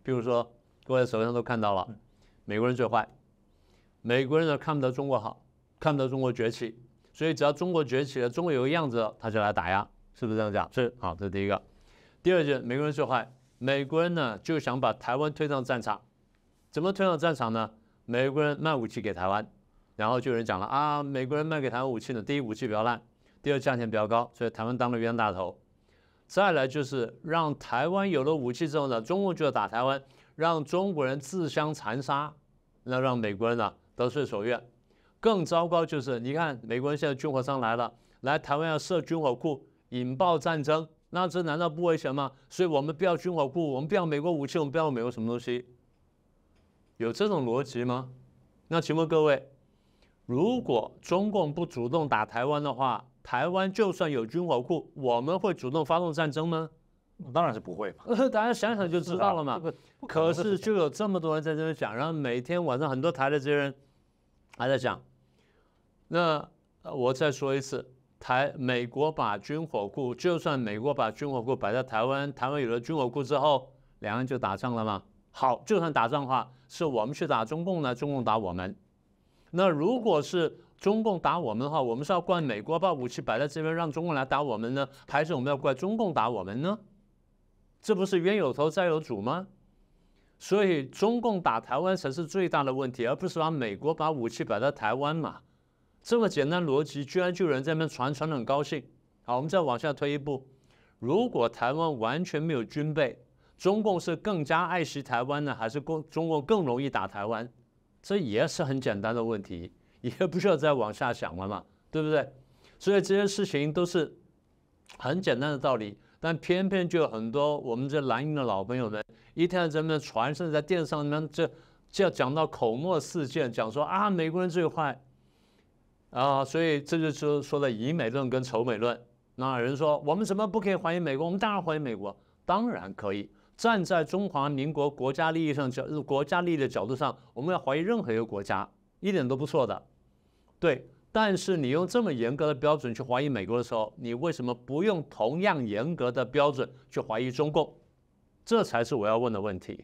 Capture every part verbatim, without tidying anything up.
比如说，各位手上都看到了，美国人最坏，美国人呢看不得中国好，看不得中国崛起，所以只要中国崛起了，中国有个样子了，他就来打压，是不是这样讲？是，好，这是第一个。第二件，美国人最坏，美国人呢就想把台湾推上战场，怎么推上战场呢？美国人卖武器给台湾，然后就有人讲了啊，美国人卖给台湾武器呢，第一武器比较烂，第二价钱比较高，所以台湾当了冤大头。再来就是让台湾有了武器之后呢，中共就要打台湾，让中国人自相残杀，那让美国人呢得遂所愿。更糟糕就是，你看美国人现在军火商来了，来台湾要设军火库，引爆战争，那这难道不危险吗？所以我们不要军火库，我们不要美国武器，我们不要美国什么东西？有这种逻辑吗？那请问各位，如果中共不主动打台湾的话，台湾就算有军火库，我们会主动发动战争吗？ 当然是不会嘛。 大家想想就知道了嘛。可是就有这么多人在这边讲，然后每天晚上很多台的这些人还在讲。那我再说一次，台美国把军火库，就算美国把军火库摆在台湾，台湾有了军火库之后，两岸就打仗了吗？好，就算打仗的话，是我们去打中共呢，中共打我们。那如果是中共打我们的话，我们是要怪美国把武器摆在这边让中共来打我们呢，还是我们要怪中共打我们呢？这不是冤有头债有主吗？所以中共打台湾才是最大的问题，而不是把美国把武器摆在台湾嘛。这么简单逻辑，居然就有人在那边传，传得很高兴。好，我们再往下推一步，如果台湾完全没有军备，中共是更加爱惜台湾呢，还是中中共更容易打台湾？这也是很简单的问题，也不需要再往下想了嘛，对不对？所以这些事情都是很简单的道理，但偏偏就有很多我们这蓝营的老朋友们，一天在那边传，甚至在电视上面这这要讲到口沫四溅，讲说啊美国人最坏啊，所以这就是说的以美论跟仇美论。那有人说我们怎么不可以欢迎美国？我们当然欢迎美国，当然可以。站在中华民国国家利益上角国家利益的角度上，我们要怀疑任何一个国家，一点都不错的。对，但是你用这么严格的标准去怀疑美国的时候，你为什么不用同样严格的标准去怀疑中共？这才是我要问的问题。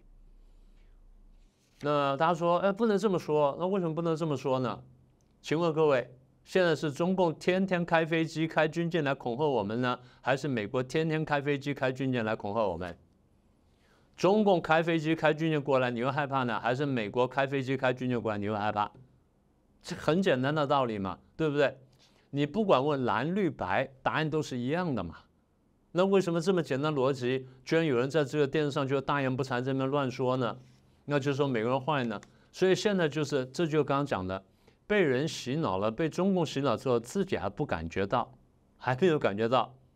那大家说，哎，不能这么说，那为什么不能这么说呢？请问各位，现在是中共天天开飞机、开军舰来恐吓我们呢，还是美国天天开飞机、开军舰来恐吓我们？中共开飞机、开军舰过来，你会害怕呢？还是美国开飞机、开军舰过来，你会害怕？这很简单的道理嘛，对不对？你不管问蓝绿白，答案都是一样的嘛。那为什么这么简单逻辑，居然有人在这个电视上就大言不惭这边乱说呢？那就是说美国人坏呢？所以现在就是这就刚刚讲的，被人洗脑了，被中共洗脑之后，自己还不感觉到，还没有感觉到。